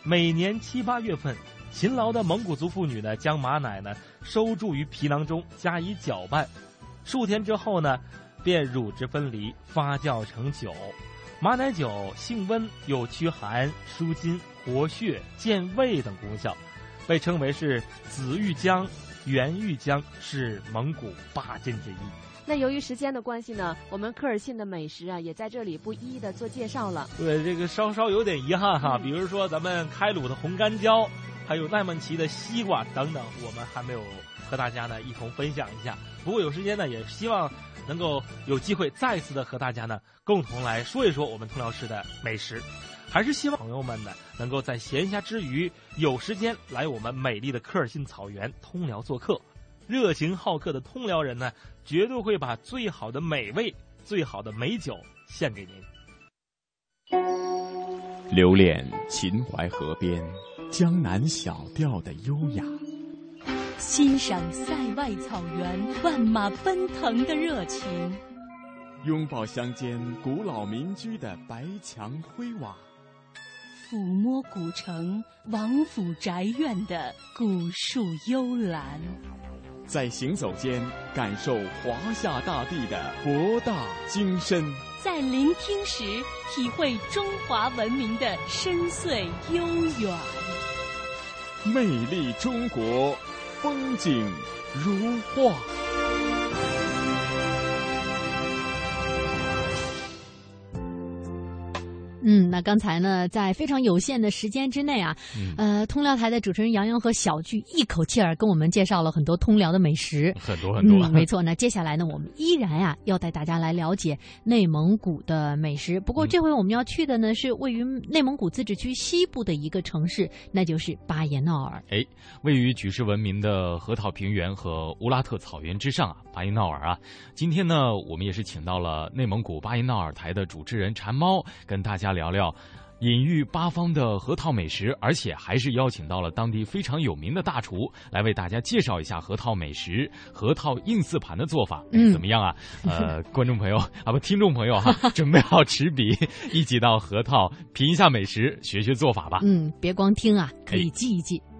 每年七八月份，勤劳的蒙古族妇女呢，将马奶呢收注于皮囊中，加以搅拌，数天之后呢，便乳汁分离，发酵成酒。马奶酒性温，有驱寒、舒筋、活血、健胃等功效，被称为是紫玉浆、原玉浆，是蒙古八珍之一。 那由于时间的关系呢，我们科尔沁的美食啊，也在这里不一一的做介绍了。 对，这个稍稍有点遗憾哈，比如说咱们开鲁的红干椒，还有奈曼旗的西瓜等等，我们还没有和大家呢一同分享一下。不过有时间呢，也希望能够有机会再次的和大家呢共同来说一说我们通辽市的美食。还是希望朋友们呢能够在闲暇之余有时间来我们美丽的科尔沁草原通辽做客。热情好客的通辽人呢，绝对会把最好的美味、最好的美酒献给您。 留恋秦淮河边江南小调的优雅， 欣赏塞外草原万马奔腾的热情， 拥抱乡间古老民居的白墙灰瓦， 抚摸古城王府宅院的古树幽兰， 在行走间感受华夏大地的博大精深， 在聆听时体会中华文明的深邃悠远。 魅力中国，风景如画。 嗯，那刚才呢，在非常有限的时间之内啊， 嗯、 呃，通辽台的主持人杨洋和小聚一口气儿跟我们介绍了很多通辽的美食， 很多很多。 嗯，没错。那接下来呢，我们依然呀、啊、要带大家来了解内蒙古的美食。不过这回我们要去的呢，是位于内蒙古自治区西部的一个城市，那就是巴彦淖尔。 哎，位于举世闻名的河套平原和乌拉特草原之上啊，巴彦淖尔啊。今天呢，我们也是请到了内蒙古巴彦淖尔台的主持人馋猫，跟大家聊聊隐喻八方的河套美食，而且还是邀请到了当地非常有名的大厨来为大家介绍一下河套美食、河套硬四盘的做法， 嗯， 怎么样啊？呃，观众朋友啊，不，听众朋友哈、啊，准备好纸笔，一起到河套品一下美食，学学做法吧。 嗯，别光听啊，可以记一记。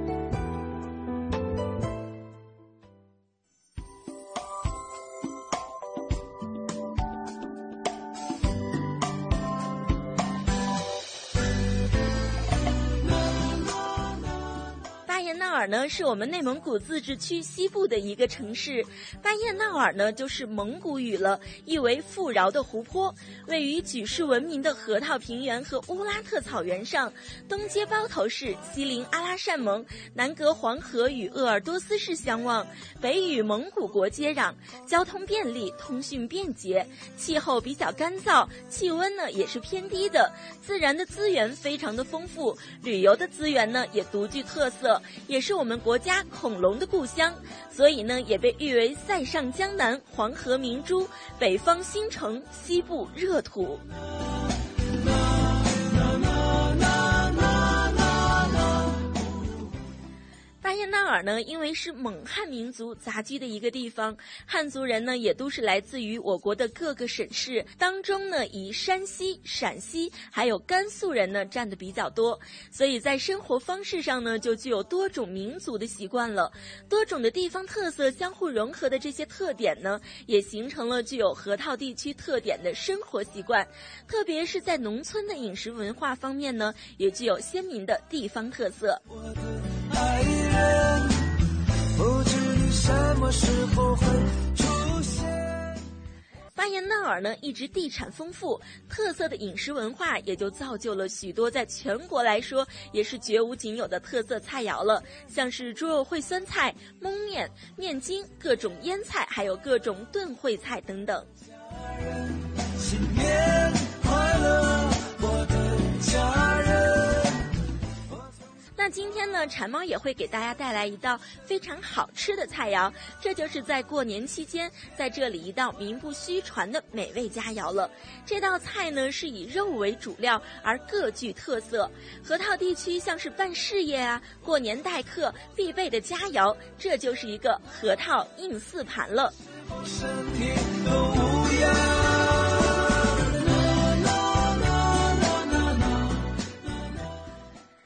巴彦淖尔呢是我们内蒙古自治区西部的一个城市，巴彦淖尔呢就是蒙古语了，意为富饶的湖泊，位于举世闻名的河套平原和乌拉特草原上，东接包头市，西邻阿拉善盟，南隔黄河与鄂尔多斯市相望，北与蒙古国接壤，交通便利，通讯便捷，气候比较干燥，气温呢也是偏低的，自然的资源非常的丰富，旅游的资源呢也独具特色，也是我们国家恐龙的故乡，所以呢也被誉为塞上江南，黄河明珠，北方新城，西部热土。巴彦淖尔呢，因为是蒙汉民族杂居的一个地方，汉族人呢也都是来自于我国的各个省市，当中呢以山西、陕西还有甘肃人呢占的比较多，所以在生活方式上呢就具有多种民族的习惯了，多种的地方特色相互融合的这些特点呢，也形成了具有河套地区特点的生活习惯，特别是在农村的饮食文化方面呢，也具有鲜明的地方特色。爱人，不知你什么时候会出现。巴彦淖尔呢，一直地产丰富，特色的饮食文化也就造就了许多在全国来说也是绝无仅有的特色菜肴了，像是猪肉烩酸菜、焖面、面筋、各种腌菜，还有各种炖烩菜等等。新年快乐，我的家人。那今天呢，馋猫也会给大家带来一道非常好吃的菜肴，这就是在过年期间在这里一道名不虚传的美味佳肴了。这道菜呢是以肉为主料，而各具特色。河套地区像是办事业啊、过年待客必备的佳肴，这就是一个河套硬四盘了。身体都无恙。那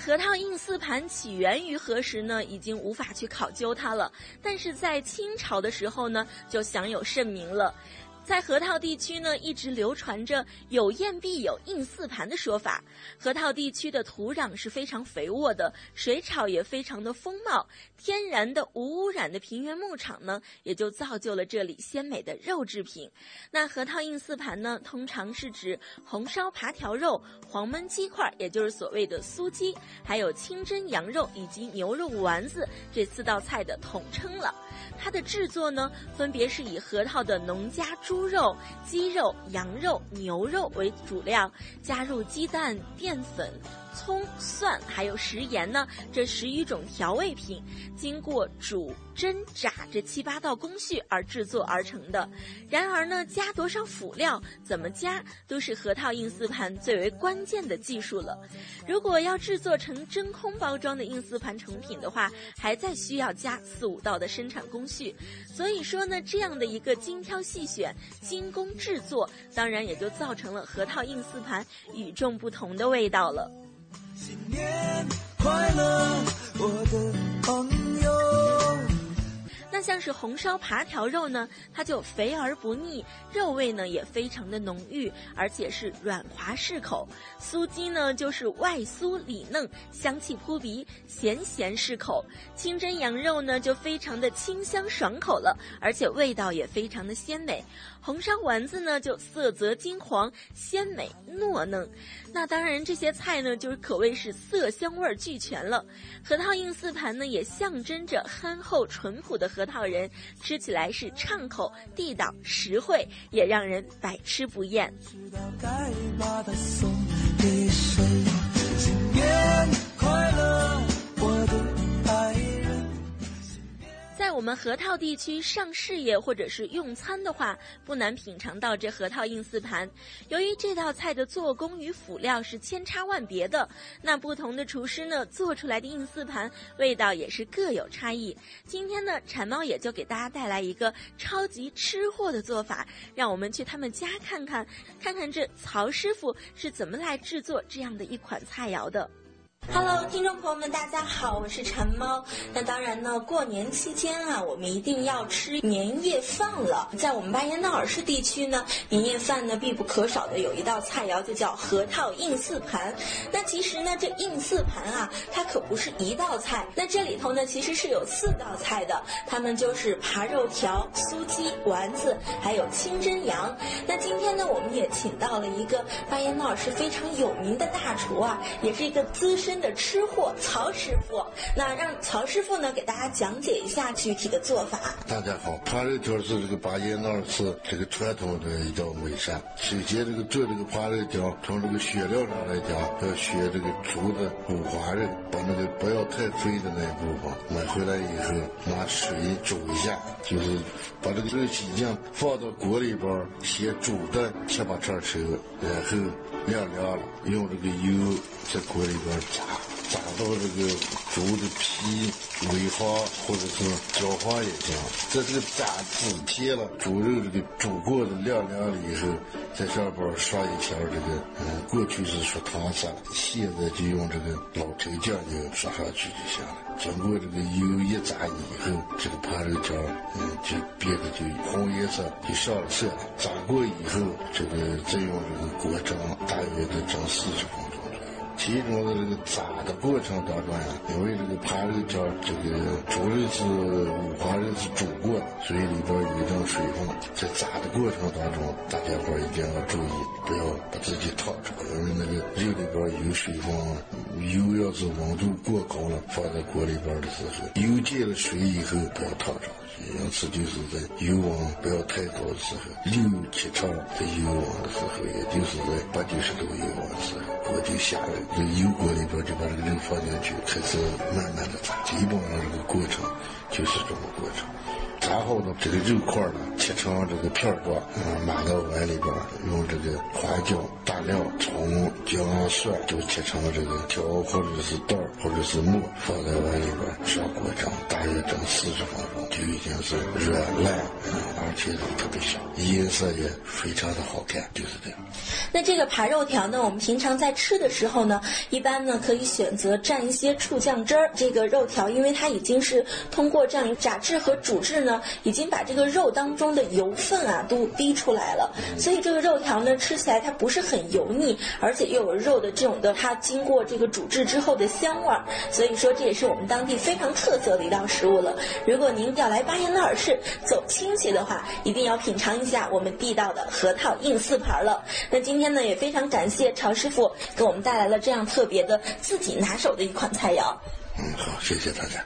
核桃印四盘起源于何时呢？已经无法去考究它了。但是在清朝的时候呢，就享有盛名了。在河套地区呢，一直流传着有燕必有印四盘的说法。河套地区的土壤是非常肥沃的，水草也非常的丰茂，天然的无污染的平原牧场呢，也就造就了这里鲜美的肉制品。那河套印四盘呢，通常是指红烧扒条肉、黄焖鸡块，也就是所谓的酥鸡，还有清蒸羊肉以及牛肉丸子这四道菜的统称了。它的制作呢，分别是以河套的农家猪肉、鸡肉、羊肉、牛肉为主料，加入鸡蛋、淀粉、葱、蒜还有食盐呢，这十余种调味品，经过煮、蒸、炸这七八道工序而制作而成的。然而呢，加多少辅料、怎么加，都是河套印四盘最为关键的技术了。如果要制作成真空包装的印四盘成品的话，还再需要加四五道的生产工序。所以说呢，这样的一个精挑细选、精工制作，当然也就造成了河套印四盘与众不同的味道了。 新年快乐，我的朋友。 那像是红烧扒条肉呢，它就肥而不腻，肉味呢也非常的浓郁，而且是软滑适口。酥鸡呢就是外酥里嫩，香气扑鼻，咸咸适口。清蒸羊肉呢就非常的清香爽口了，而且味道也非常的鲜美。红烧丸子呢就色泽金黄，鲜美糯嫩。那当然这些菜呢就是可谓是色香味俱全了。河套印四盘呢也象征着憨厚淳朴的河套人，吃起来是畅口地道实惠，也让人百吃不厌。 知道该把它送给谁？新年快乐，我的爱人。 在我们河套地区上事业或者是用餐的话，不难品尝到这河套印四盘。由于这道菜的做工与辅料是千差万别的，那不同的厨师呢做出来的印四盘味道也是各有差异。今天呢，馋猫也就给大家带来一个超级吃货的做法，让我们去他们家看看，看看这曹师傅是怎么来制作这样的一款菜肴的。 Hello， 听众朋友们，大家好，我是馋猫。那当然呢，过年期间啊，我们一定要吃年夜饭了。在我们巴彦淖尔市地区呢，年夜饭呢必不可少的有一道菜肴，就叫河套印四盘。那其实呢，这印四盘啊，它可不是一道菜，那这里头呢其实是有四道菜的，它们就是扒肉条、酥鸡、丸子，还有清蒸羊。那今天呢，我们也请到了一个巴彦淖尔市非常有名的大厨啊，也是一个资深的吃货曹师傅。那让曹师傅呢给大家讲解一下具体的做法。 大家好，扒肉条是这个巴彦淖尔市这个传统的一道美食。首先这个做这个扒肉条，从这个选料上来讲，要选这个猪的五花肉，把那个不要太肥的那一部分买回来以后，拿水煮一下，就是把这个肉洗酱放到锅里边，先煮的七八成熟，然后晾凉了，用这个油在锅里边炸，炸到这个猪的皮微黄或者是焦黄也行。在这个炸之前了，猪肉这个煮过的晾凉了以后，在上边刷一条这个，嗯，过去是说糖色，现在就用这个老抽酱油刷上去就行了。经过这个油一炸以后，这个扒肉条，嗯，就变得就红颜色，就上了色了。炸过以后，这个再用这个锅蒸，大约的蒸四十分钟。其中的这个炸的过程当中呀，因为这个扒肉条，这个猪肉是五花肉是煮过的，所以里边有一种水分。在炸的过程当中，大家伙一定要注意，不要把自己烫着，因为那个肉里边有水分，油要是温度过高了，放在锅里边的时候，油见了水以后不要烫着。因此就是在油温不要太高的时候，六七成的油温的时候，也就是在八九十度油温的时候，锅就下来，这个油锅里边就把这个肉放进去，开始慢慢的炸。基本上这个过程就是这么过程。炸然后呢，这个肉块呢切成这个片状，嗯，码到碗里边，用这个花椒、大料、葱、姜、蒜，就切成这个条或者是段或者是末，放在碗里边上锅蒸，大约蒸四十分钟，就已经是软烂，嗯，而且特别香，颜色也非常的好看，就是这样。 那这个扒肉条呢，我们平常在吃的时候呢，一般呢可以选择蘸一些醋酱汁儿。这个肉条因为它已经是通过这样炸制和煮制呢，已经把这个肉当中的油分啊都逼出来了，所以这个肉条呢吃起来它不是很油腻，而且又有肉的这种的它经过这个煮制之后的香味儿，所以说这也是我们当地非常特色的一道食物了。如果您要来巴彦淖尔市走亲戚的话，一定要品尝一下我们地道的核桃硬四盘了。那今天呢也非常感谢曹师傅给我们带来了这样特别的自己拿手的一款菜肴。 嗯，好，谢谢大家。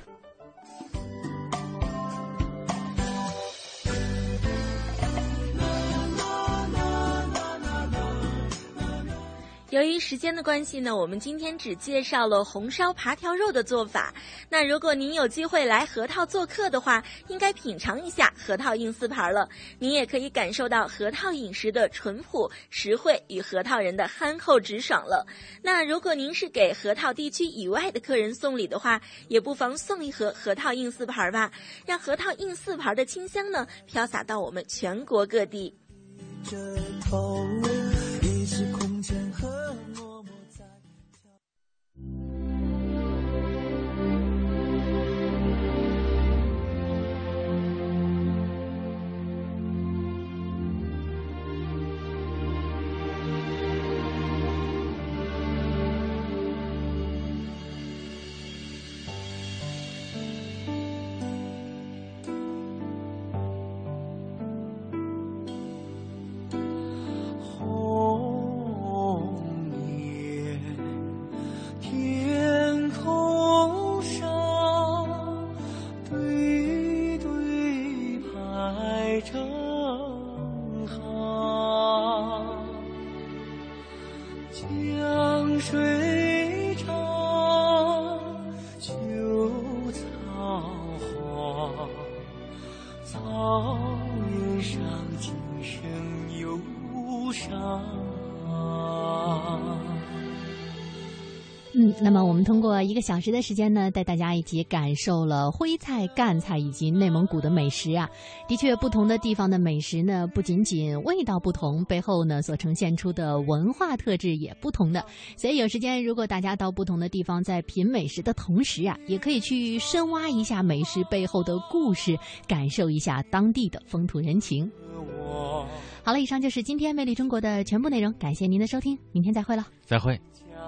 由于时间的关系呢，我们今天只介绍了红烧扒条肉的做法。那如果您有机会来河套做客的话，应该品尝一下河套硬四盘了。您也可以感受到河套饮食的淳朴、实惠与河套人的憨厚直爽了。那如果您是给河套地区以外的客人送礼的话，也不妨送一盒河套硬四盘吧，让河套硬四盘的清香呢飘洒到我们全国各地。 这头一直空间和默默在嗯，那么我们通过一个小时的时间呢，带大家一起感受了徽菜、赣菜以及内蒙古的美食啊。的确，不同的地方的美食呢，不仅仅味道不同，背后呢所呈现出的文化特质也不同的。所以有时间，如果大家到不同的地方，在品美食的同时啊，也可以去深挖一下美食背后的故事，感受一下当地的风土人情。好了，以上就是今天魅力中国的全部内容，感谢您的收听，明天再会了， 再会。